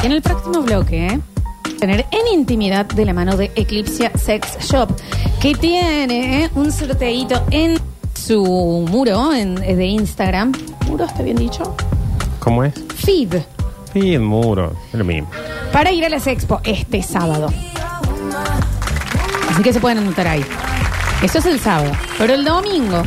En el próximo bloque, tener en intimidad de la mano de Eclipse Sex Shop, que tiene un sorteito en su muro de Instagram. ¿Muro está bien dicho? ¿Cómo es? Feed. Feed, muro, es lo mismo. Para ir a las Expo este sábado. Así que se pueden anotar ahí. Eso es el sábado. Pero el domingo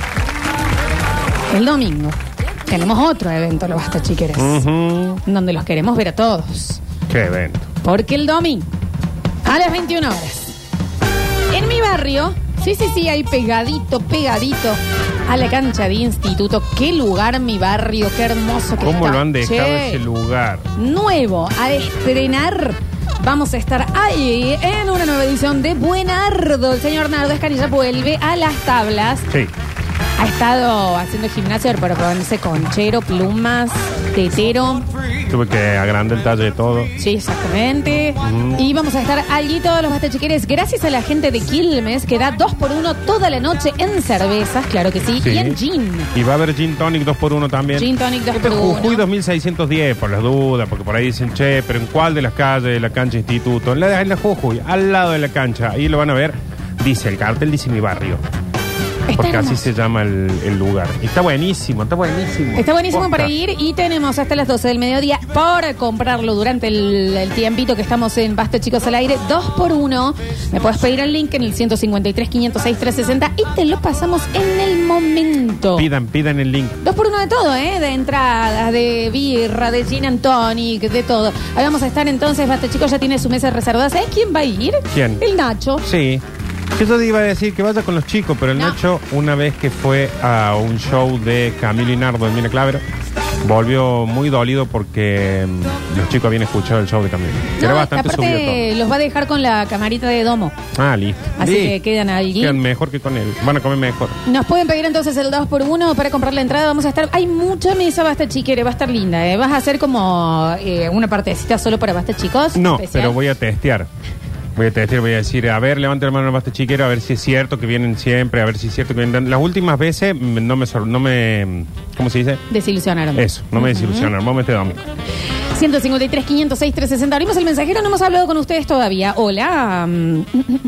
tenemos otro evento, los Basta Chiqueres, donde los queremos ver a todos. ¿Qué evento? Porque el domingo, a las 21 horas, en mi barrio, sí, ahí pegadito a la cancha de instituto. Qué lugar, mi barrio, qué hermoso que ¿Cómo está. lo han dejado ese lugar? Nuevo, a estrenar. Vamos a estar ahí en una nueva edición de Buenardo. El señor Nardo Escanilla vuelve a las tablas. Sí. Ha estado haciendo gimnasia para ponerse conchero, plumas, tetero. Tuve que agrandar el talle de todo. Sí, exactamente. Y vamos a estar allí todos los Basta Chiqueres, gracias a la gente de Quilmes, que da 2x1 toda la noche en cervezas, claro que sí, y en gin. Y va a haber gin tonic 2x1 también. Gin tonic 2x1. Jujuy 2610, por las dudas, porque por ahí dicen, che, pero ¿en cuál de las calles de la cancha instituto? En la Jujuy, al lado de la cancha. Ahí lo van a ver. Dice el cartel, dice mi barrio. Porque así se llama el lugar. Y está buenísimo. Está buenísimo Posta. Para ir, y tenemos hasta las 12 del mediodía para comprarlo durante el tiempito que estamos en Basta Chicos al Aire. 2x1. Me puedes pedir el link en el 153 506 360 y te lo pasamos en el momento. Pidan el link. 2x1 de todo, de entradas, de birra, de gin and tonic, de todo. Ahí vamos a estar entonces. Basta Chicos ya tiene su mesa reservada. ¿Sabes quién va a ir? ¿Quién? El Nacho. Sí. Yo te iba a decir que vaya con los chicos, pero el Nacho, una vez que fue a un show de Camilo y Nardo en Mina Clavero, volvió muy dolido porque los chicos habían escuchado el show de Camilo. Era bastante subido todo. Los va a dejar con la camarita de domo. Ah, listo. Así que quedan allí. Quedan mejor que con él. Van a comer mejor. Nos pueden pedir entonces el 2x1 para comprar la entrada. Vamos a estar. Hay mucha mesa Basta Chiquere, va a estar linda. Vas a hacer como una partecita solo para Basta Chicos. No, especial. pero voy a testear. Voy a decir, a ver, levante la mano al Basta Chiquero, a ver si es cierto que vienen siempre, a ver si es cierto que vienen. Las últimas veces no me ¿cómo se dice? Desilusionaron. Eso, no me desilusionaron. Vamos este domingo. 153 506 360. Abrimos el mensajero, no hemos hablado con ustedes todavía. Hola. No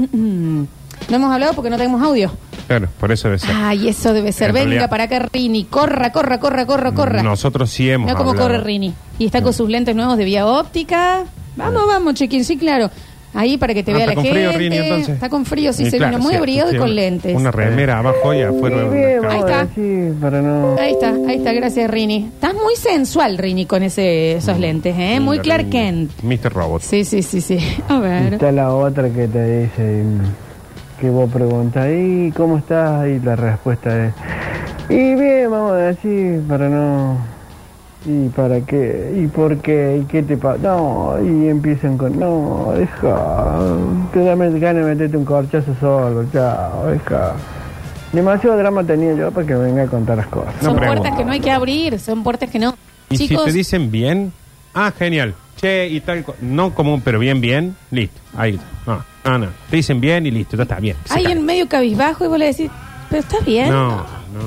hemos hablado porque no tenemos audio. Claro, por eso debe ser. Ay, eso debe ser. Venga realidad, para acá, Rini. Corra. Nosotros sí hemos hablado. Mira cómo corre Rini. Y está con sus lentes nuevos de vía óptica. Vamos, Chiquín, sí, claro. Ahí para que te vea la gente. Está con frío, Rini, entonces. Está con frío, sí, se vino muy abrigado y con lentes. Una remera abajo y afuera. Ahí está. Sí, para no... Ahí está, gracias, Rini. Estás muy sensual, Rini, con esos lentes, ¿eh? Muy Clark Kent. Mr. Robot. Sí. A ver. Está la otra que te dice, que vos preguntas, ¿y cómo estás? Y la respuesta es, y bien, vamos a decir, para no... ¿Y para qué? ¿Y por qué? ¿Y qué te pasa? No, y empiezan con, no, deja, te da ganas de meterte un corchazo solo, chao, deja. Demasiado drama tenía yo para que venga a contar las cosas. Son puertas que no hay que abrir, son puertas que no. Y chicos, si te dicen bien, genial, che, y tal, no común, pero bien, listo, ahí, no, te dicen bien y listo, ya está bien. Alguien medio cabizbajo y vos le decís, pero está bien. No.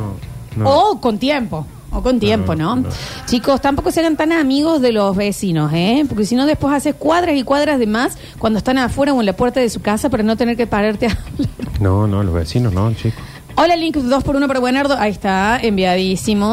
O con tiempo. ¿no? Chicos, tampoco se hagan tan amigos de los vecinos, porque si no después haces cuadras y cuadras de más cuando están afuera o en la puerta de su casa para no tener que pararte a hablar. No, los vecinos no, chicos. Hola, link 2x1 para Buenardo. Ahí está, enviadísimo.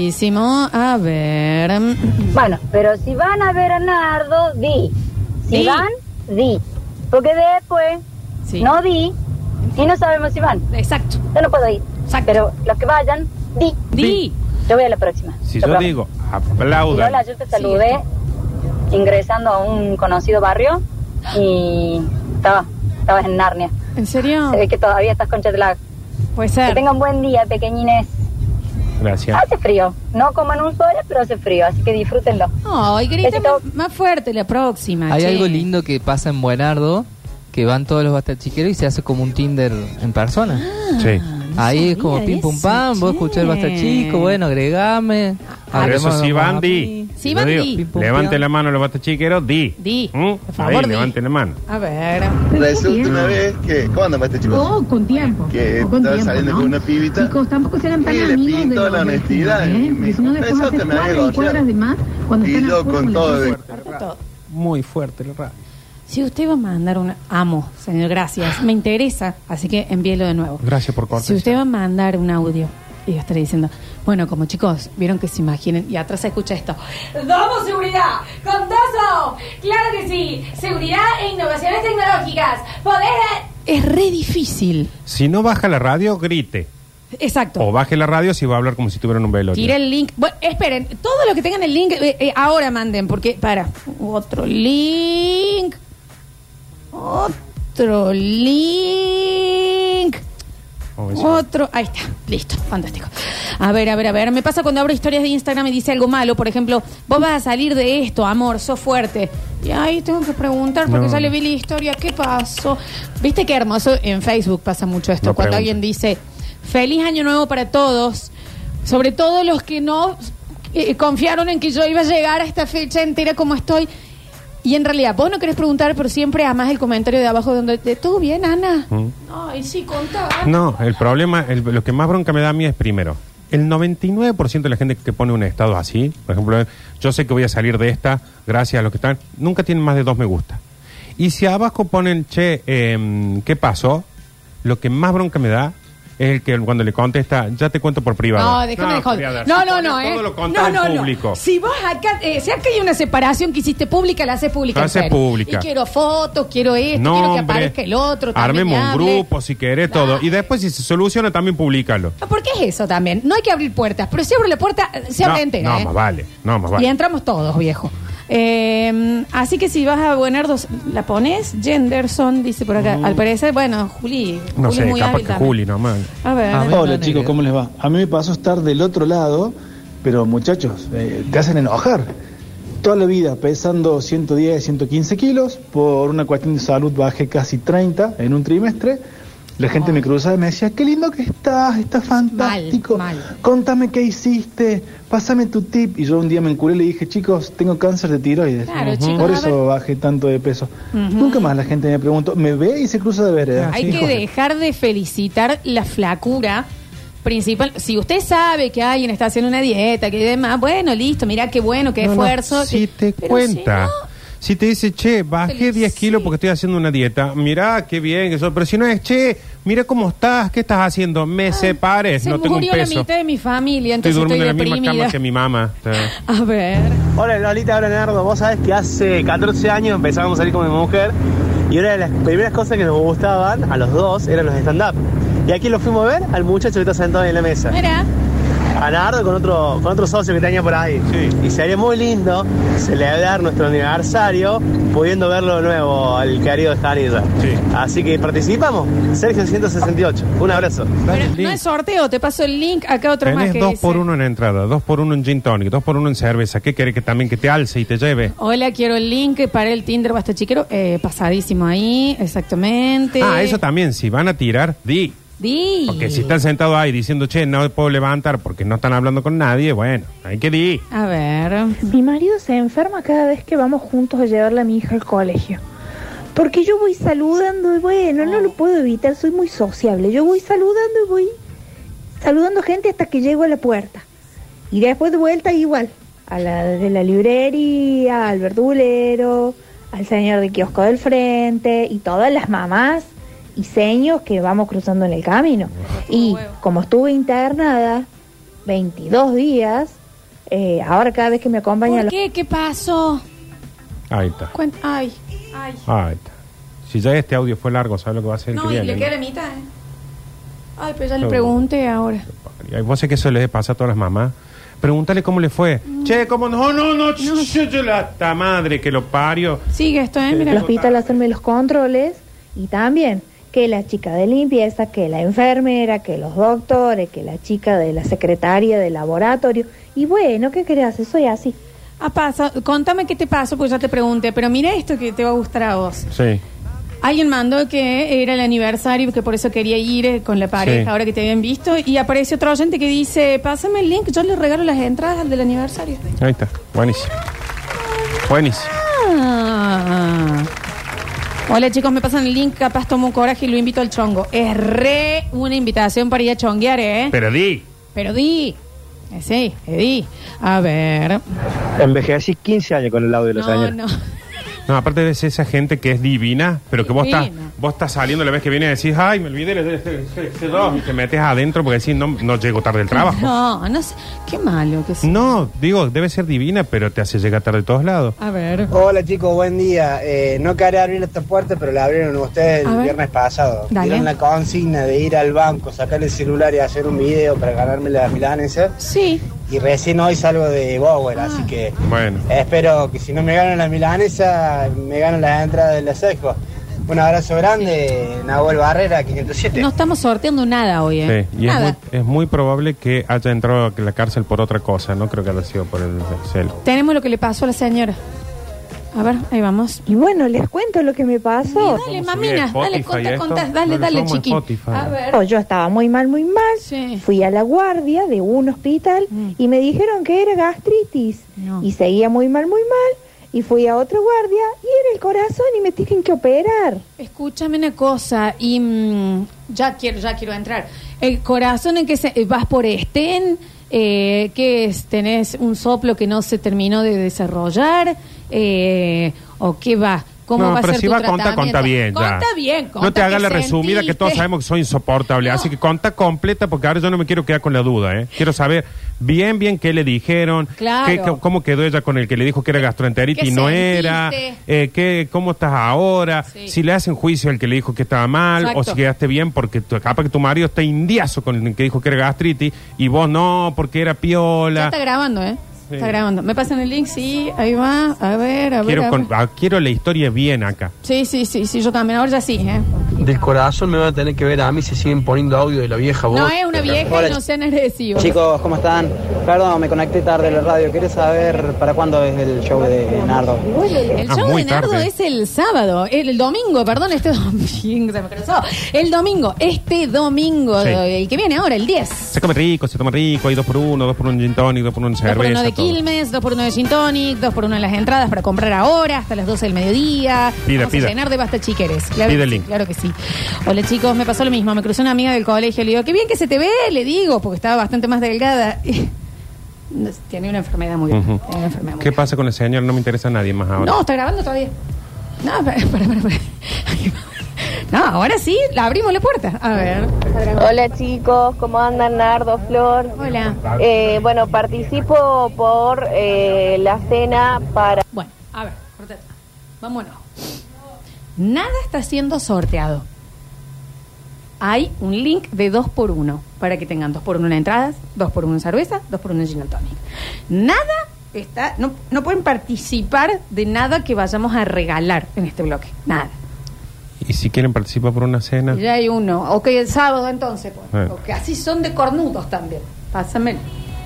A ver. Bueno, pero si van a ver a Nardo, di. Si van, di. Porque después no di y no sabemos si van. Exacto. Yo no puedo ir. Exacto. Pero los que vayan, di. Yo voy a la próxima. Si yo digo, aplaudan. Hola, yo te saludé ingresando a un conocido barrio y estabas en Narnia. ¿En serio? Se ve que todavía estás con jet lag. Puede ser. Que tengan buen día, pequeñines. Gracias. Hace frío. No coman un solo, pero hace frío, así que disfrútenlo. Ay, griten más fuerte la próxima. Hay algo lindo que pasa en Buenardo, que van todos los bastachiqueros y se hace como un Tinder en persona. Sí. Ahí es como pim pum pam, vos escuchás el Basta Chico, bueno, agregame. Eso sí van, di. Sí van, di. Levante la mano los Basta Chiqueros, di. Por favor, ahí, levante la mano. A ver. Resulta una vez que, ¿cómo andan, Basta Chicos? Con tiempo. Que estaba saliendo con una pibita. Chicos, tampoco se hagan tan y amigos le pintó de la honestidad. Y me si no después haces cuadras de más cuando y están yo con todo. muy fuerte la radio. Si usted va a mandar un... Amo, señor, gracias. Me interesa, así que envíelo de nuevo. Gracias por cortar. Si usted va a mandar un audio y yo estaré diciendo, bueno, como chicos, vieron que se imaginen, y atrás se escucha esto. ¡Damos seguridad! ¡Contazo! ¡Claro que sí! Seguridad e innovaciones tecnológicas. Poder... Es re difícil. Si no baja la radio, grite. Exacto. O baje la radio si va a hablar como si tuviera un velorio. Tire el link. Bueno, esperen, todos los que tengan el link, ahora manden, porque... otro link... Otro link. Otro. Ahí está. Listo. Fantástico. A ver. Me pasa cuando abro historias de Instagram y dice algo malo. Por ejemplo, vos vas a salir de esto, amor, sos fuerte. Y ahí tengo que preguntar porque ya le vi la historia. ¿Qué pasó? ¿Viste qué hermoso? En Facebook pasa mucho esto. Cuando alguien dice, feliz año nuevo para todos. Sobre todo los que no confiaron en que yo iba a llegar a esta fecha entera como estoy. Y en realidad, vos no querés preguntar, pero siempre amás el comentario de abajo donde ¿todo bien, Ana? Ay, sí, contá. No, el problema, lo que más bronca me da a mí es primero, el 99% de la gente que pone un estado así, por ejemplo, yo sé que voy a salir de esta, gracias a los que están, nunca tienen más de 2 me gusta. Y si abajo ponen, che, ¿qué pasó? Lo que más bronca me da es el que cuando le contesta, ya te cuento por privado. No, déjame de joder. No, todo lo contás en público. Si vos acá, si acá hay una separación que hiciste pública, la haces pública. La haces pública. Y quiero fotos, quiero esto, quiero que aparezca el otro. Armemos un grupo, si querés, todo. Y después, si se soluciona, también públicalo. ¿Por qué es eso también? No hay que abrir puertas, pero si abro la puerta, se abre entera. No, más vale. Y entramos todos, viejo. Así que si vas a Buenardos, ¿la pones? Genderson, dice por acá. Al parecer, bueno, Juli. No Juli sé, muy capaz hábil que también. Juli nomás. A ver. Hola chicos, ¿cómo les va? A mí me pasó estar del otro lado, pero muchachos, te hacen enojar. Toda la vida pesando 110, 115 kilos, por una cuestión de salud bajé casi 30 en un trimestre. La gente me cruzaba y me decía, qué lindo que estás fantástico. Mal. Contame qué hiciste, pásame tu tip. Y yo un día me encuré y le dije, chicos, tengo cáncer de tiroides. Claro, chicos, por a eso bajé tanto de peso. Nunca más la gente me preguntó, me ve y se cruza de vereda. Hay que dejar de felicitar la flacura principal. Si usted sabe que alguien está haciendo una dieta, que demás, bueno, listo, mira qué bueno, qué esfuerzo. Si te pero cuenta. Si te dice, che, bajé 10 kilos porque estoy haciendo una dieta, mirá qué bien eso. Pero si no es, che, mira cómo estás, ¿qué estás haciendo? Me separes, no tengo un peso. Se murió la mitad de mi familia, Estoy entonces durmiendo estoy en la misma deprimida. cama que mi mamá. A ver. Hola Lolita, hola Nardo. Vos sabés que hace 14 años empezamos a salir con mi mujer y una de las primeras cosas que nos gustaban a los dos eran los stand-up. Y aquí lo fuimos a ver al muchacho que está sentado en la mesa. Mira. A Nardo con otro socio que tenía por ahí. Sí. Y sería muy lindo celebrar nuestro aniversario pudiendo verlo de nuevo al querido Janilla. Sí. Así que participamos. Sergio 168. Un abrazo. Pero no es sorteo, te paso el link. Acá otro más Tenés que 2 dice, por 1 en entrada, 2 por 1 en gin tonic, 2 por 1 en cerveza. ¿Qué querés que también que te alce y te lleve? hola, quiero el link para el Tinder Basta Chiquero. Pasadísimo ahí, exactamente. Eso también, si van a tirar, di. Porque si están sentados ahí diciendo, che, no puedo levantar porque no están hablando con nadie, bueno, hay que di. A ver. Mi marido se enferma cada vez que vamos juntos a llevarle a mi hija al colegio. Porque yo voy saludando y bueno, no lo puedo evitar, soy muy sociable. Yo voy saludando y voy saludando gente hasta que llego a la puerta. Y después de vuelta igual, a la de la librería, al verdulero, al señor de kiosco del frente y todas las mamás y seños que vamos cruzando en el camino. Y como estuve internada 22 días, ahora cada vez que me acompaña... ¿Por qué? ¿Qué pasó? Ahí está. Ay. Ahí está. Si ya este audio fue largo, ¿sabes lo que va a ser el que No, y viene? le queda la mitad, Ay, pero ya le pregunté ahora. Vos sé que eso le pasa a todas las mamás. Pregúntale cómo le fue. Che, ¿cómo no? Yo la madre que lo parió. Sigue esto, mira. al hospital a hacerme los controles y también que la chica de limpieza, que la enfermera, que los doctores, que la chica de la secretaria del laboratorio. Y bueno, ¿qué querés hacer? Soy así. Contame qué te pasó, porque ya te pregunté, pero mira esto que te va a gustar a vos. Sí. Alguien mandó que era el aniversario, que por eso quería ir con la pareja, Sí. ahora que te habían visto, y apareció otro oyente que dice, pásame el link, yo le regalo las entradas al del aniversario. Ahí está. Buenísimo. Buenísimo. Hola chicos, me pasan el link, capaz tomo un coraje y lo invito al chongo. Es re una invitación para ir a chonguear, Pero di. Sí, di. A ver. Envejecí 15 años con el audio de los años. No. No, aparte de esa gente que es divina, pero que vos estás saliendo la vez que viene y decís, ay, me olvidé ese dos, y te metes adentro porque decís, no llego tarde del trabajo. No sé, qué malo que sea. No, digo, debe ser divina, pero te hace llegar tarde de todos lados. A ver. Hola chicos, buen día. No quería abrir esta puerta, pero la abrieron ustedes el viernes pasado. Dieron la consigna de ir al banco, sacar el celular y hacer un video para ganarme la milanesa. Sí. Y recién hoy salgo de Bower, así que espero que si no me ganan la milanesa, me ganan las entradas de la Sexpo. Un abrazo grande, Nahuel Barrera, 507. No estamos sorteando nada hoy, ¿eh? Sí, y nada. Es muy probable que haya entrado a la cárcel por otra cosa, no creo que haya sido por el celo. Tenemos lo que le pasó a la señora. A ver, ahí vamos. Y bueno, les cuento lo que me pasó. Dale, mamina, dale, contá, dale, chiqui. A ver. Yo estaba muy mal. Sí. Fui a la guardia de un hospital y me dijeron que era gastritis. No. Y seguía muy mal. Y fui a otra guardia y era el corazón y me tienen que operar. Escúchame una cosa y ya quiero entrar. El corazón en que vas por estén, ¿qué es? ¿Tenés un soplo que no se terminó de desarrollar? ¿O qué va? ¿Cómo va a ser tu tratamiento? Conta bien. Conta bien. No te hagas la resumida que todos sabemos que soy insoportable. No. Así que conta completa porque ahora yo no me quiero quedar con la duda. Quiero saber bien qué le dijeron, cómo quedó ella con el que le dijo que era gastroenteritis y no era, cómo estás ahora, si le hacen juicio al que le dijo que estaba mal o si quedaste bien porque capaz que tu marido está indiazo con el que dijo que era gastritis y vos no porque era piola. Ya está grabando, Sí. Está grabando. ¿Me pasan el link? Sí, ahí va. A ver. Quiero la historia bien acá. Sí, yo también. Ahora ya sí, Del corazón me van a tener que ver a mí si siguen poniendo audio de la vieja voz. No es una vieja y no sean agresivos. Chicos, ¿cómo están? Perdón, me conecté tarde a la radio. ¿Querés saber para cuándo es el show de Nardo? El show de Nardo es el sábado. El domingo, perdón, este domingo. Se me cruzó. El domingo, el que viene ahora, el 10. Se come rico, se toma rico. Hay 2x1, 2x1 gin tonic, 2x1 cerveza. 2x1 de Quilmes, 2x1 de gin tonic, 2x1 en las entradas para comprar ahora hasta las 12 del mediodía. Vamos a llenar de basta chiqueres. Claro, pide el link. Claro que sí. Hola chicos, me pasó lo mismo. Me cruzó una amiga del colegio. Le digo, qué bien que se te ve, le digo, porque estaba bastante más delgada. Tiene una enfermedad muy grave. ¿Qué pasa con el señor? No me interesa a nadie más ahora. No, está grabando todavía. No, para. No, ahora sí, la abrimos la puerta. A ver. Hola chicos, ¿cómo andan? Nardo, Flor. Hola. Bueno, participo por la cena para... Bueno, a ver, vámonos. Nada está siendo sorteado. Hay un link de 2x1 para que tengan 2x1 en entradas, 2x1 en cerveza, 2x1 en gin tonic. Nada está... No pueden participar de nada que vayamos a regalar en este bloque. Nada. ¿Y si quieren participar por una cena? Ya hay uno. Ok, el sábado entonces. Pues. Porque así son de cornudos también. Pásamelo.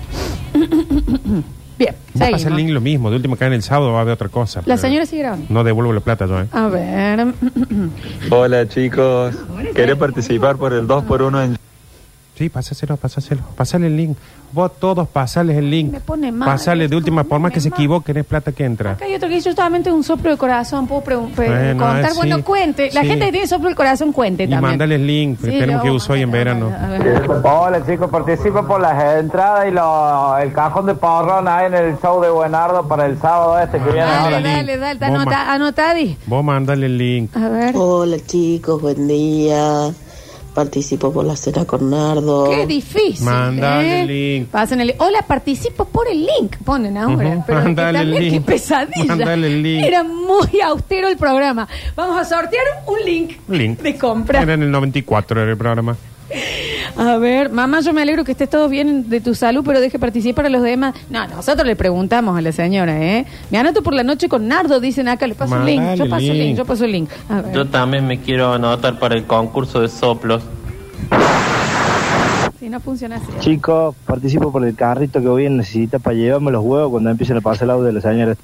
Bien, va a pasar el link lo mismo. De último, que en el sábado va a haber otra cosa. La señora sigue grabando. No devuelvo la plata yo, A ver. Hola chicos. ¿Querés participar por el 2x1 en... Sí, pásaselo. Pásale el link. Vos todos pasales el link. Me pone mal. Pasale de última, por más que se equivoquen, es plata que entra. Acá hay otro que dice, yo solamente un soplo de corazón. ¿Puedo contar? Sí. Bueno, cuente. La gente que tiene soplo del corazón, cuente también. Y mandale el link, que tenemos que usar hoy en verano. Hola chicos, participo por las entradas y el cajón de porrón ahí en el show de Buenardo para el sábado que viene ahora. Dale, anotadi. Vos mandale el link. A ver. Hola chicos, buen día. Participo por la cena con Nardo. Qué difícil. Mandale el link. Pasen el link. Hola, participo por el link. Ponen ahora. Pero mandale el link. Qué pesadilla. Mandale el link. Era muy austero el programa. Vamos a sortear un link de compra. Era en el 94 el programa. A ver, mamá, yo me alegro que estés todo bien de tu salud, pero deje participar a los demás. No, nosotros le preguntamos a la señora, Me anoto por la noche con Nardo, dicen acá, le paso el link. Yo paso el link. A ver. Yo también me quiero anotar para el concurso de soplos. Si no funciona así. Chicos, participo por el carrito que hoy necesita para llevarme los huevos cuando empiecen a pasar el audio de la señora.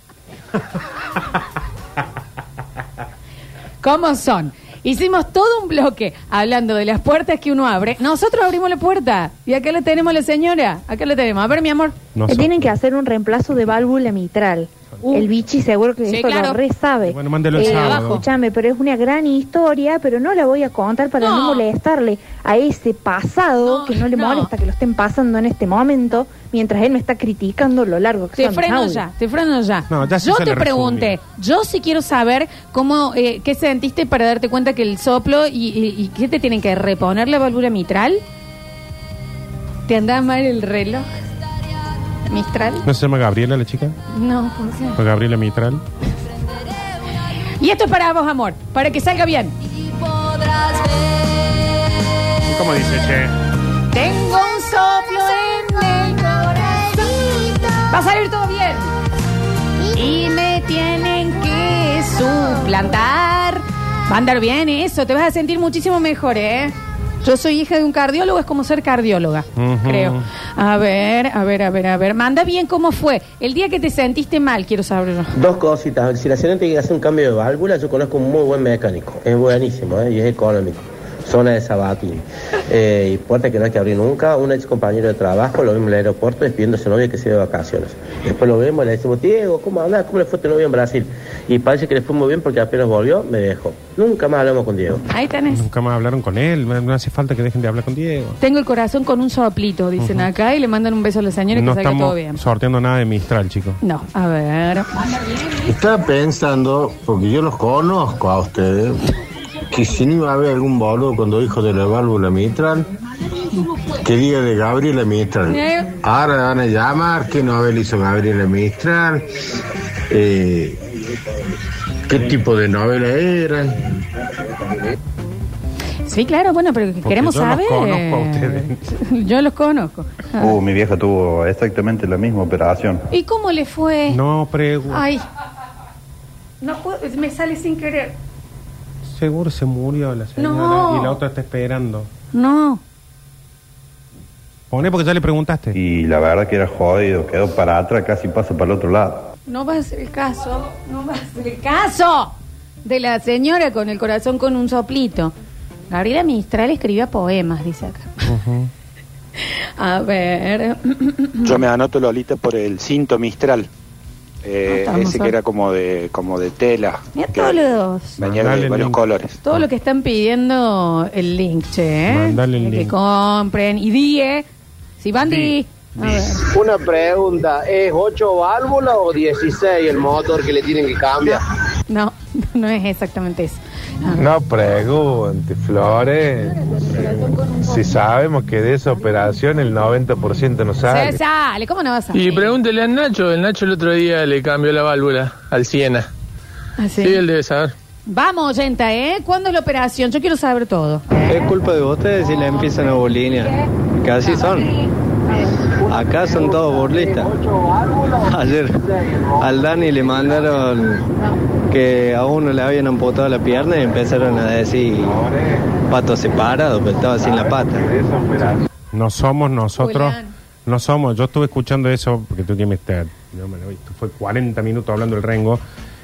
¿Cómo son? Hicimos todo un bloque hablando de las puertas que uno abre. Nosotros abrimos la puerta. Y acá la tenemos la señora. Acá la tenemos. A ver, mi amor. No tienen que hacer un reemplazo de válvula mitral. El bichi seguro que esto lo re sabe. Bueno, mándelo el sábado. Escúchame, pero es una gran historia, pero no la voy a contar para no molestarle a ese pasado que no le molesta que lo estén pasando en este momento, mientras él me está criticando lo largo que te freno ya. No, ya yo te pregunté, yo sí quiero saber cómo, qué sentiste para darte cuenta que el soplo y qué te tienen que reponer la válvula mitral. ¿Te andaba mal el reloj? Mistral. ¿No se llama Gabriela la chica? No, ¿cómo se llama? Gabriela Mistral. Y esto es para vos, amor, para que salga bien. ¿Cómo dice, che? Tengo un soplo en el corazón. Va a salir todo bien. Y me tienen que suplantar. Va a andar bien eso, te vas a sentir muchísimo mejor, ¿eh? Yo soy hija de un cardiólogo, es como ser cardióloga, creo. A ver. Manda bien cómo fue. El día que te sentiste mal, quiero saberlo. Dos cositas. Si la señora tiene que hacer un cambio de válvula, yo conozco un muy buen mecánico. Es buenísimo, y es económico. Zona de Sabatín. Y puerta que no hay que abrir nunca. Un ex compañero de trabajo, lo vimos en el aeropuerto despidiendo a su novia que se iba de vacaciones. Después lo vemos y le decimos, Diego, ¿cómo andás? ¿Cómo le fue tu novia en Brasil? Y parece que le fue muy bien porque apenas volvió, me dejó. Nunca más hablamos con Diego. Ahí tenés. Nunca más hablaron con él. No hace falta que dejen de hablar con Diego. Tengo el corazón con un soplito, dicen acá, y le mandan un beso a la señora y que salga todo bien. No estamos sorteando nada de Mistral, chicos. No, a ver. Estaba pensando, porque yo los conozco a ustedes, que si no iba a haber algún boludo cuando dijo de la válvula mitral, que diga de Gabriela Mistral. Ahora van a llamar que Nobel hizo Gabriela Mistral, qué tipo de novela eran. Sí, claro, bueno, pero porque queremos saber. Yo los conozco a ustedes. Yo los conozco. Mi vieja tuvo exactamente la misma operación. ¿Y cómo le fue? No pregunto. Ay, no puedo, me sale sin querer. Seguro se murió la señora y la otra está esperando. No. Pone porque ya le preguntaste. Y la verdad que era jodido, quedó para atrás, casi pasa para el otro lado. No va a ser el caso, de la señora con el corazón con un soplito. Gabriela Mistral escribía poemas, dice acá. A ver. Yo me anoto, Lolita, por el cinto Mistral. Ese que era como de tela. Mira todos los. Venía de varios colores. Todo lo que están pidiendo el link, che. Mandale el link. Que compren. Y die. Si van di. A ver. Una pregunta, ¿es 8 válvulas o 16 el motor que le tienen que cambiar? No es exactamente eso. No pregunte, Flores. Si sabemos que de esa operación el 90% no sale. Se sale, ¿cómo no va a salir? Y pregúntele al Nacho. El Nacho el otro día le cambió la válvula al Siena. ¿Ah, sí? Sí, él debe saber. Vamos, oyenta, ¿Cuándo es la operación? Yo quiero saber todo. Es culpa de ustedes si le empiezan a burlinear. Que así son. Acá son todos burlistas. Ayer al Dani le mandaron que a uno le habían amputado la pierna y empezaron a decir pato separado, pero estaba sin la pata. No somos nosotros. Julián. No somos. Yo estuve escuchando eso porque tú que me estás. Fue 40 minutos hablando del Rengo.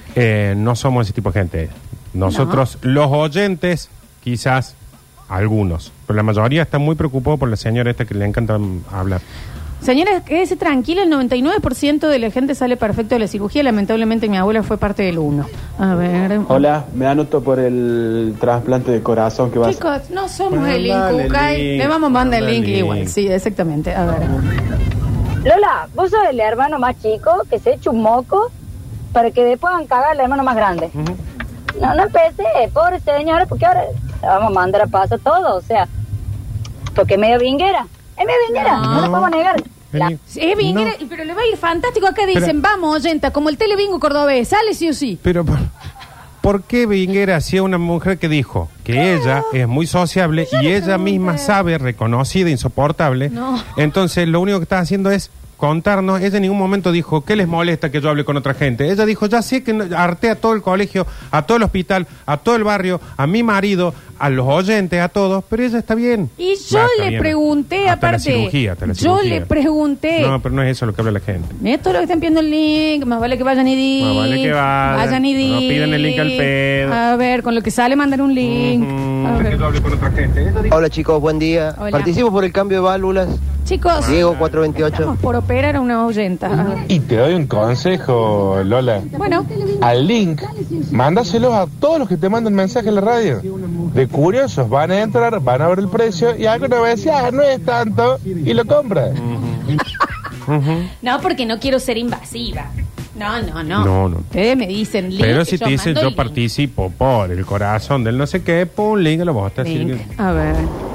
No somos ese tipo de gente. Nosotros, los oyentes, quizás algunos, pero la mayoría está muy preocupado por la señora esta que le encanta hablar. Señora, quédese tranquila, el 99% de la gente sale perfecto de la cirugía. Lamentablemente mi abuela fue parte del 1. A ver. Hola, me anoto por el trasplante de corazón que vas. Chicos, no somos el Incucay. Le vamos a mandar el link igual. Sí, exactamente. A ver. Lola, vos sos el hermano más chico que se echa un moco para que después van a cagar al hermano más grande. No empecé, pobre señora, porque ahora la vamos a mandar a paso todo, o sea, porque es medio vinguera. Es medio vinguera, no lo podemos negar. Es vinguera, pero le va a ir fantástico. Acá dicen, vamos, oyenta, como el telebingo cordobés, sale sí o sí. Pero, ¿por qué vinguera hacía una mujer que dijo que ella es muy sociable y ella misma sabe, reconocida, insoportable? No. Entonces, lo único que está haciendo es contarnos. Ella en ningún momento dijo, ¿qué les molesta que yo hable con otra gente? Ella dijo, ya sé que harté a todo el colegio, a todo el hospital, a todo el barrio, a mi marido, a los oyentes, a todos, pero ella está bien. Y yo le pregunté, hasta aparte, la cirugía. Yo le pregunté. No, pero no es eso lo que habla la gente. Mira todo lo que están pidiendo el link, más vale que vayan y di. Más vale que vayan y di. No pidan el link al pedo. A ver, con lo que sale mandar un link. A ver. Que yo hable con otra gente. Hola chicos, buen día. Hola. Participo por el cambio de válvulas. Chicos, Diego 428. estamos por operar a una oyenta. Y te doy un consejo, Lola. Bueno. Al link, mándaselo a todos los que te mandan mensaje en la radio. De curiosos, van a entrar, van a ver el precio y alguna vez no es tanto y lo compran. No, porque no quiero ser invasiva. No. No. Ustedes me dicen link. Pero si te dicen mando yo el participo por el corazón del no sé qué, pon link, lo vos estás link. A ver.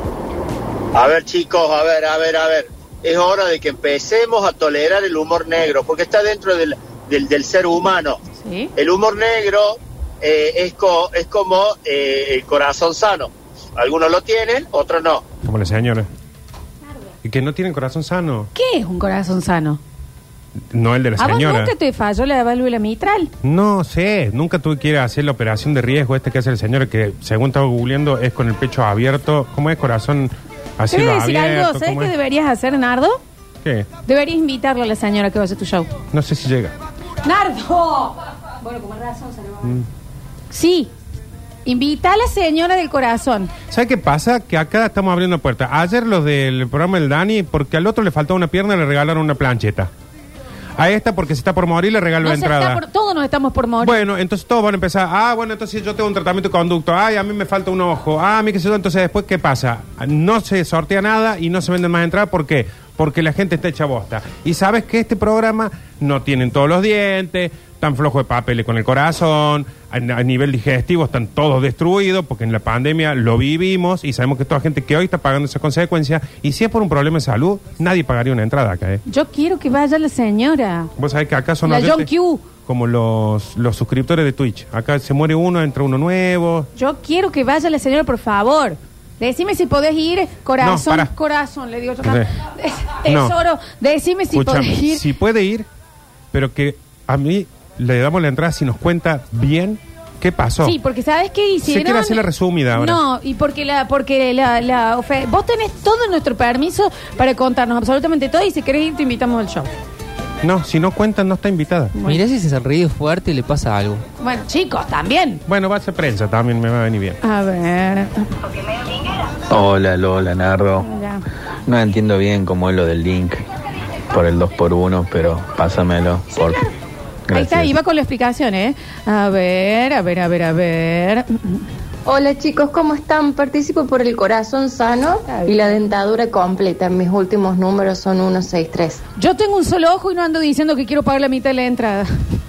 A ver, chicos, a ver. Es hora de que empecemos a tolerar el humor negro, porque está dentro del ser humano. ¿Sí? El humor negro es como el corazón sano. Algunos lo tienen, otros no. Como la señora. Y que no tienen corazón sano. ¿Qué es un corazón sano? No el de la ¿A vos señora. nunca te falló la válvula mitral? No sé, nunca tuve que ir a hacer la operación de riesgo que hace el señor, que según estaba googleando es con el pecho abierto. ¿Cómo es? Corazón así ¿Te voy a abierto. decir algo? ¿Sabes qué deberías hacer, Nardo? ¿Qué? Deberías invitarle a la señora que vaya a tu show. No sé si llega. ¡Nardo! Bueno, con razón se le va. Sí. Invita a la señora del corazón. ¿Sabes qué pasa? Que acá estamos abriendo puertas. Ayer los del programa del Dani, porque al otro le faltaba una pierna, le regalaron una plancheta. A esta, porque se está por morir, le regalo la entrada. Todos nos estamos por morir. Bueno, entonces todos van a empezar. Bueno, entonces yo tengo un tratamiento de conducto. Ay, a mí me falta un ojo. A mí qué sé yo. Entonces después, ¿qué pasa? No se sortea nada y no se venden más entradas. ¿Por qué? Porque la gente está hecha bosta. Y sabes que este programa no tienen todos los dientes, tan flojo de papel con el corazón, a nivel digestivo están todos destruidos, porque en la pandemia lo vivimos y sabemos que toda gente que hoy está pagando esas consecuencias. Y si es por un problema de salud, nadie pagaría una entrada acá, ¿eh? Yo quiero que vaya la señora. Vos sabés que acá son la oyentes John Q. como los suscriptores de Twitch. Acá se muere uno, entra uno nuevo. Yo quiero que vaya la señora, por favor. Decime si podés ir, corazón, No, corazón, le digo yo. No. Tesoro, decime si Escuchame, podés ir. si puede ir, pero que a mí le damos la entrada si nos cuenta bien qué pasó. Sí, porque ¿sabes qué hicieron? Se quiere hacer la resumida ahora. No, y porque vos tenés todo nuestro permiso para contarnos absolutamente todo, y si querés ir te invitamos al show. No, si no cuentan no está invitada. Bueno. Mirá si se ríe fuerte y le pasa algo. Bueno, chicos, también. Bueno, va a ser prensa, también me va a venir bien. A ver. Hola, Lola, Nardo. Ya. No entiendo bien cómo es lo del link por el 2x1, pero pásamelo. Porque... Ahí está, iba con la explicación, ¿eh? A ver. Hola chicos, ¿cómo están? Participo por el corazón sano y la dentadura completa. Mis últimos números son 163. Yo tengo un solo ojo y no ando diciendo que quiero pagar la mitad de la entrada.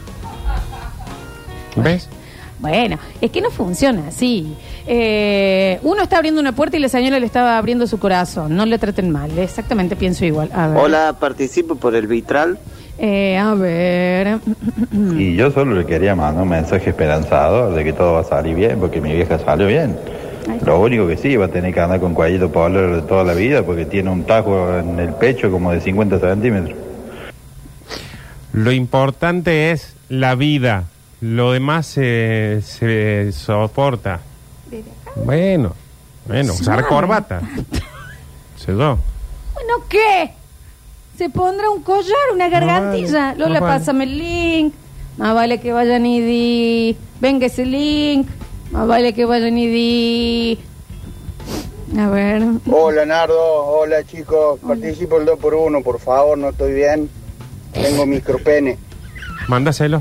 ¿Ves? Bueno, es que no funciona así. Uno está abriendo una puerta y la señora le estaba abriendo su corazón. No le traten mal, exactamente pienso igual. A ver. Hola, participo por el vitral. A ver. Y yo solo le quería mandar un mensaje esperanzador de que todo va a salir bien, porque mi vieja salió bien. Lo único que sí, va a tener que andar con cuellito polar de toda la vida, porque tiene un tajo en el pecho como de 50 centímetros. Lo importante es la vida. Lo demás se soporta. Bueno, usar corbata. Se do. Bueno, ¿qué? Se pondrá un collar, una gargantilla. No Lola, vale. pásame el link. Más vale que vayan y di. Venga ese link. Más vale que vayan y di. A ver. Hola, Nardo. Hola, chicos. Participo el 2x1, por favor. No estoy bien. Tengo micropene. Mándaselo.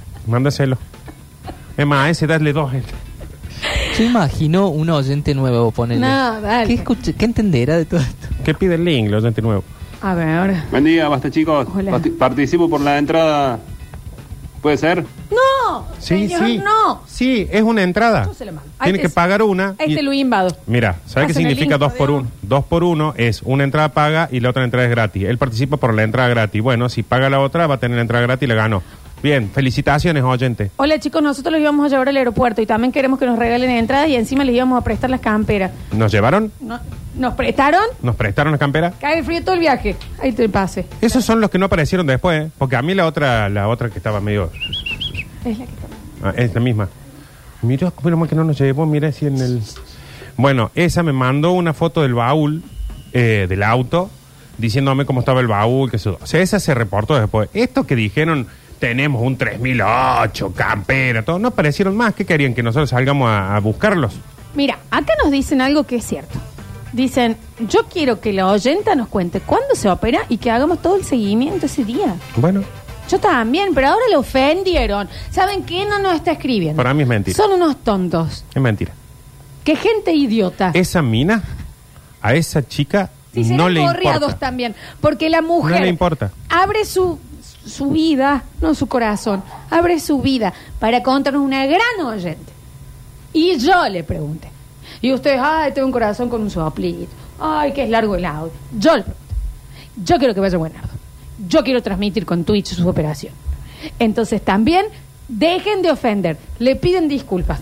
Es más, a ese darle 2. Yo imagino un oyente nuevo, ponele. No, dale. ¿Qué entenderá de todo esto? ¿Qué pide el link, el oyente nuevo? A ver. Buen día, basta chicos. Hola. Participo por la entrada. ¿Puede ser? ¡No! Sí, señor, sí. no. Sí, es una entrada. Yo se la mando. Tiene que pagar una. Ahí te lo invado. Mira, ¿sabes qué Pásame el significa link, 2x1? 2x1 es una entrada paga y la otra entrada es gratis. Él participa por la entrada gratis. Bueno, si paga la otra, va a tener la entrada gratis y la ganó. Bien, felicitaciones, oyente. Hola chicos, nosotros los íbamos a llevar al aeropuerto y también queremos que nos regalen entradas y encima les íbamos a prestar las camperas. ¿Nos llevaron? ¿Nos prestaron? ¿Nos prestaron las camperas? Cae frío todo el viaje. Ahí te pase. Esos son los que no aparecieron después, ¿eh? Porque a mí la otra que estaba medio... Es la que está. Es la misma. Mira, menos mal que no nos llevó, mira si en el... Bueno, esa me mandó una foto del baúl del auto, diciéndome cómo estaba el baúl, que eso. O sea, esa se reportó después. Esto que dijeron, tenemos un 3008, campera, todo, no aparecieron más. ¿Qué querían? ¿Que nosotros salgamos a buscarlos? Mira, acá nos dicen algo que es cierto. Dicen, yo quiero que la oyenta nos cuente cuándo se opera y que hagamos todo el seguimiento ese día. Bueno. Yo también, pero ahora le ofendieron. ¿Saben qué? No nos está escribiendo. Para mí es mentira. Son unos tontos. Es mentira. Qué gente idiota. Esa mina, a esa chica, Sí, no le corriados importa. también. Porque la mujer No le importa. abre su vida, no su corazón, abre su vida para contarnos una gran oyente. Y yo le pregunté. Y ustedes, ay, tengo un corazón con un soplito. Ay, que es largo el audio. Yo le pregunté. Yo quiero que vaya Buenardo. Yo quiero transmitir con Twitch su operación. Entonces también dejen de ofender. Le piden disculpas.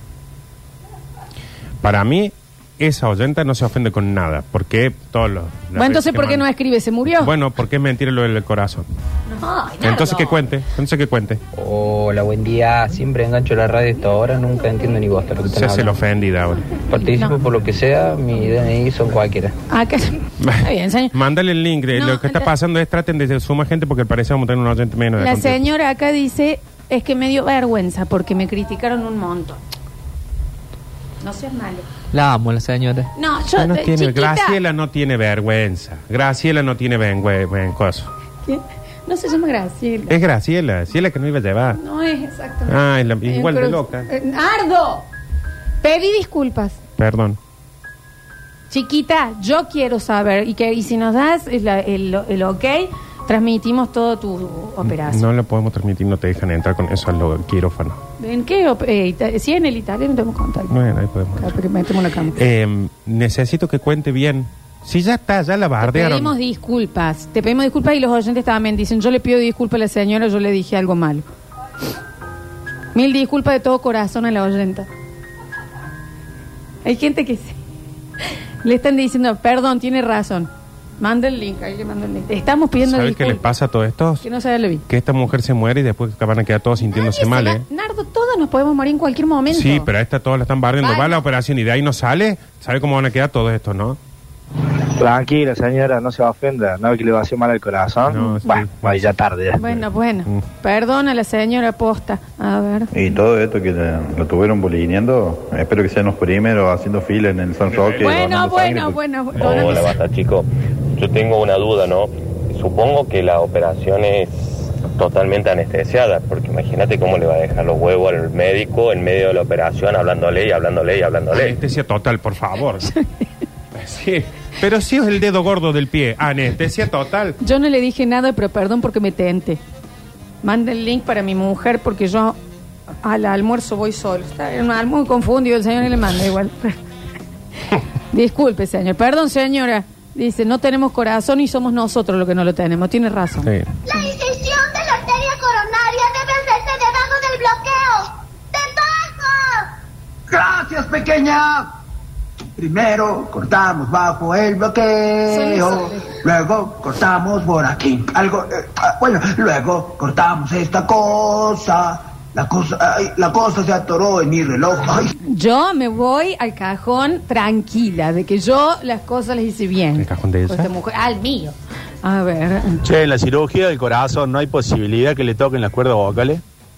Para mí, esa oyenta no se ofende con nada. Porque todos los... Bueno, entonces, ¿por qué no escribe? ¿Se murió? Bueno, porque es mentira lo del corazón. No, Entonces que cuente. Hola, buen día. Siempre engancho la radio a esta hora, nunca entiendo ni vos. Se hace la ofendida ahora. Participo por lo que sea, mi DNI son cualquiera. Acá. Está bien, señor. Mándale el link. Lo que está pasando es traten de sumar gente porque parece vamos a tener un oyente menos. La señora acá dice, es que me dio vergüenza porque me criticaron un montón. No seas malo. La amo, la señora. No, yo... No tiene, chiquita. Graciela no tiene vergüenza. Graciela no tiene vergüenza. ¿Qué? No se llama Graciela. Es Graciela. Si es la que no iba a llevar. No es exactamente. Ah, es igual de pero- loca. Nardo, pedí disculpas. Perdón. Chiquita, yo quiero saber y si nos das el ok, transmitimos toda tu operación. No lo podemos transmitir, no te dejan entrar con eso al quirófano. ¿En qué? Si en el italiano te vamos a contar. Bueno, ahí podemos. Porque metemos una cámara. Necesito que cuente bien. Si ya está, ya la Te bardearon. pedimos disculpas. Te pedimos disculpas y los oyentes también dicen, yo le pido disculpas a la señora, yo le dije algo malo. 1000 disculpas de todo corazón a la oyenta. Hay gente que sí. Le están diciendo, perdón, tiene razón. Manda el link, ahí le mando el link. Estamos pidiendo ¿Sabes qué les disculpas. pasa a todos estos? Que no se lo vi. Que esta mujer se muere y después van a quedar todos sintiéndose mal, ¿eh? Nardo, todos nos podemos morir en cualquier momento. Sí, pero a esta todos la están barriendo. Vale. Va a la operación y de ahí no sale. ¿Sabe cómo van a quedar todos estos, no? Tranquila, señora, no se ofenda. No ve que le va a hacer mal al corazón. No, sí. Bueno, ya tarde. Ya. Bueno. Perdona a la señora posta. A ver. Y todo esto que lo tuvieron bolineando, espero que sean los primeros haciendo fila en el San Roque. Bueno. Hola, basta, chicos. Yo tengo una duda, ¿no? Supongo que la operación es totalmente anestesiada, porque imagínate cómo le va a dejar los huevos al médico en medio de la operación, hablándole. Anestesia total, por favor. Sí, pero sí es el dedo gordo del pie. Anestesia total. Yo no le dije nada, pero perdón porque me tenté. Manda el link para mi mujer porque yo al almuerzo voy solo. Está muy confundido el señor y le manda igual. Disculpe, señor. Perdón, señora. Dice, no tenemos corazón y somos nosotros los que no lo tenemos. Tiene razón. Sí. La incisión de la arteria coronaria debe hacerse debajo del bloqueo. ¡Debajo! Gracias, pequeña. Primero cortamos bajo el bloqueo, luego cortamos por aquí. Luego cortamos esta cosa. La cosa se atoró en mi reloj. Ay. Yo me voy al cajón tranquila de que yo las cosas las hice bien. ¿El cajón de ella? Esta mujer, al mío. A ver. Che, en la cirugía del corazón, ¿no hay posibilidad que le toquen las cuerdas vocales?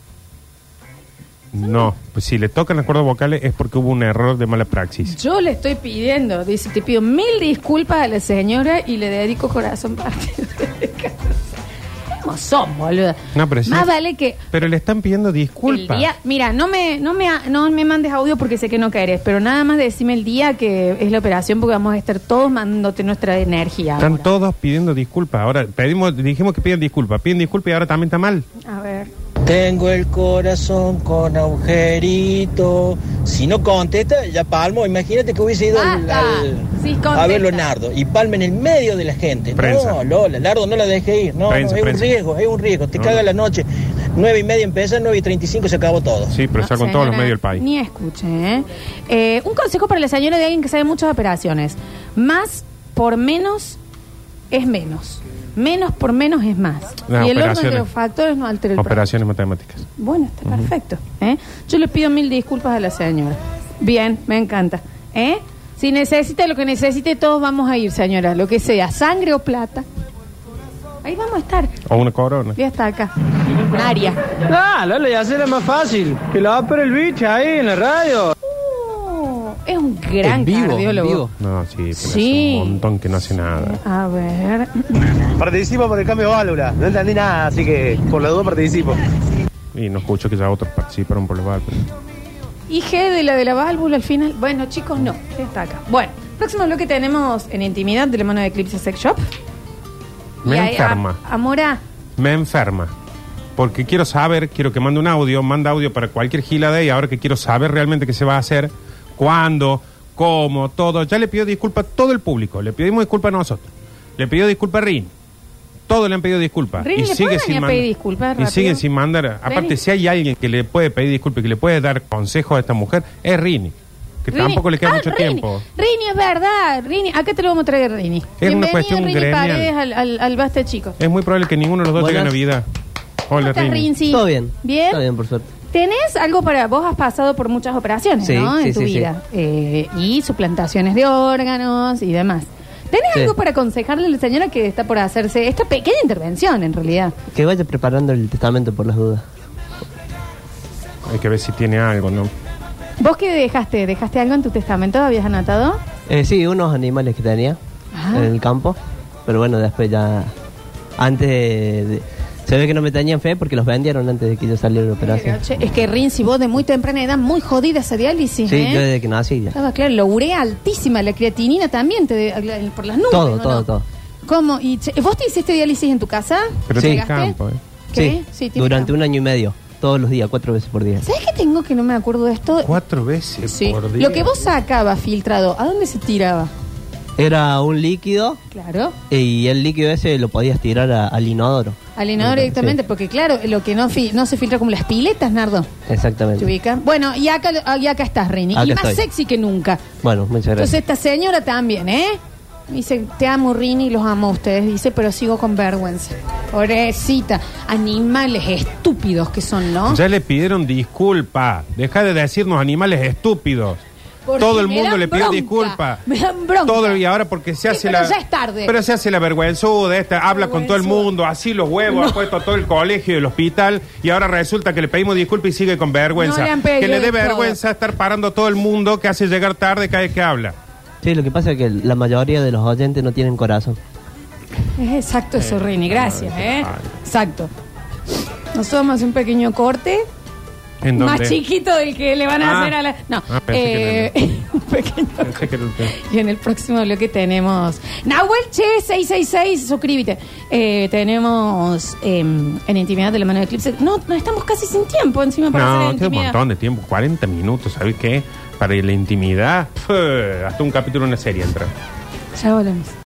No, pues si le tocan las cuerdas vocales es porque hubo un error de mala praxis. Yo le estoy pidiendo, dice, te pido 1000 disculpas a la señora y le dedico corazón partido. ¿Cómo son, boludo? No, pero sí. Más vale que Pero le están pidiendo el disculpas. día, mira, no me mandes audio porque sé que no querés, pero nada más decime el día que es la operación porque vamos a estar todos mandándote nuestra energía. Están ahora. todos pidiendo disculpas. Ahora dijimos que piden disculpas y ahora también está mal. A ver. Tengo el corazón con agujerito. Si no contesta, ya palmo. Imagínate que hubiese ido Sí, a ver Leonardo y palme en el medio de la gente. Prensa. No, Lola, Lardo, no la deje ir. No, Prensa, es prensa. un riesgo. Te No. caga la noche. 9:30 empieza, 9:35 se acabó todo. Sí, pero ya con todos los medios del país. Ni escuche, un consejo para la señora de alguien que sabe muchas operaciones. Más por menos es menos. Menos por menos es más. Las y el orden de operaciones. los factores no altera el Operaciones matemáticas. proceso. Bueno, está perfecto. Yo le pido 1000 disculpas a la señora. Bien, me encanta. Si necesita lo que necesite, todos vamos a ir, señora. Lo que sea, sangre o plata. Ahí vamos a estar. O una corona. Ya está acá. Naria. Ah, Lola, ya será más fácil. Que la va a el bicho ahí en la radio. Es un gran En vivo, cardiólogo. en vivo. No, sí, pero Sí. es un montón que no hace nada. A ver. Participo por el cambio de válvula. No entendí nada, así que por la duda participo. Y no escucho que ya otros participaron por los válvulas. Y G de la válvula al final. Bueno, chicos, no. Está acá. Bueno, próximo bloque tenemos en intimidad de la mano de Eclipse Sex Shop. Me Y ahí, enferma. Amora, Me enferma. Porque quiero saber, quiero que mande un audio, manda audio para cualquier gilada y ahora que quiero saber realmente qué se va a hacer, cuándo, cómo, todo. Ya le pido disculpas a todo el público, le pedimos disculpas a nosotros, le pidió disculpas a Rini. Todos le han pedido disculpas. Rini, ¿le pueden venir a pedir disculpas Y rápido? siguen sin mandar. Aparte, Rini. si hay alguien que le puede pedir disculpas y que le puede dar consejos a esta mujer, es Rini. Que Rini. tampoco le queda mucho Rini. tiempo. Rini, es verdad. Rini, acá te lo vamos a traer, Rini. una cuestión Rini gremial. Paredes al Basta Chicos. Es muy probable que ninguno de los dos llegue a Buenas. Navidad. Hola, estás, Rini. Rinzi? Todo bien. ¿Bien? Todo bien, por suerte. ¿Tenés algo para vos? Has pasado por muchas operaciones, Sí, ¿no? sí, En tu sí, vida. Y suplantaciones de órganos y demás. ¿Tenés Sí. algo para aconsejarle a la señora que está por hacerse esta pequeña intervención, en realidad? Que vaya preparando el testamento por las dudas. Hay que ver si tiene algo, ¿no? ¿Vos qué dejaste? ¿Dejaste algo en tu testamento? ¿Habías anotado? Sí, unos animales que tenía Ah. en el campo. Pero bueno, después ya... Antes se ve que no me tenían fe porque los vendieron antes de que yo saliera de la operación. Che, es que Rinzi, vos de muy temprana edad, muy jodida esa diálisis, Sí, ¿eh? yo desde que nací ya. Estaba claro, la urea altísima, la creatinina también, por las nubes. Todo, ¿no? todo, ¿No? todo. ¿Cómo? ¿Y vos te hiciste diálisis en tu casa? Pero Sí. tiene ¿Llegaste? campo, ¿eh? ¿Qué? Sí, tiene durante campo. 1 año y medio. Todos los días, 4 veces por día. ¿Sabes qué tengo que no me acuerdo de esto? 4 veces Sí. por día. Lo que vos sacabas filtrado, ¿a dónde se tiraba? Era un líquido Claro. y el líquido ese lo podías tirar al inodoro. Al inodoro directamente, porque claro, lo que no se filtra como las piletas, Nardo. Exactamente. ¿Te ubicas? Bueno, y acá estás, Rini. Acá Y más estoy. sexy que nunca. Bueno, muchas Entonces gracias. esta señora también, ¿eh? Dice, te amo, Rini, los amo a ustedes. Dice, pero sigo con vergüenza. Pobrecita. Animales estúpidos que son, ¿no? Ya le pidieron disculpas. Deja de decirnos animales estúpidos. Porque Todo el me mundo dan le pidió bronca. disculpas. Me dan bronca. Todo y ahora porque se Sí, hace pero la. ya es tarde. Pero se hace la vergüenzuda esta, habla con todo el mundo, así los huevos, ha puesto todo el colegio y el hospital, y ahora resulta que le pedimos disculpas y sigue con vergüenza. No le han pedido que le dé de todo. vergüenza estar parando a todo el mundo que hace llegar tarde cada vez que habla. Sí, lo que pasa es que la mayoría de los oyentes no tienen corazón. Es exacto eso, Rini. Gracias, ¿eh? Exacto. Nosotros vamos a hacer un pequeño corte. ¿En dónde? Más chiquito del que le van a hacer a la... No, pensé que un pequeño Pensé que era usted. Y en el próximo bloque tenemos Nahuel Che 666, suscríbete. Tenemos en Intimidad de la mano de Eclipse. No estamos casi sin tiempo encima para hacer No, la tiene un intimidad. montón de tiempo, 40 minutos, ¿sabes qué? Para la intimidad, hasta un capítulo de una serie entra. Ya volvemos.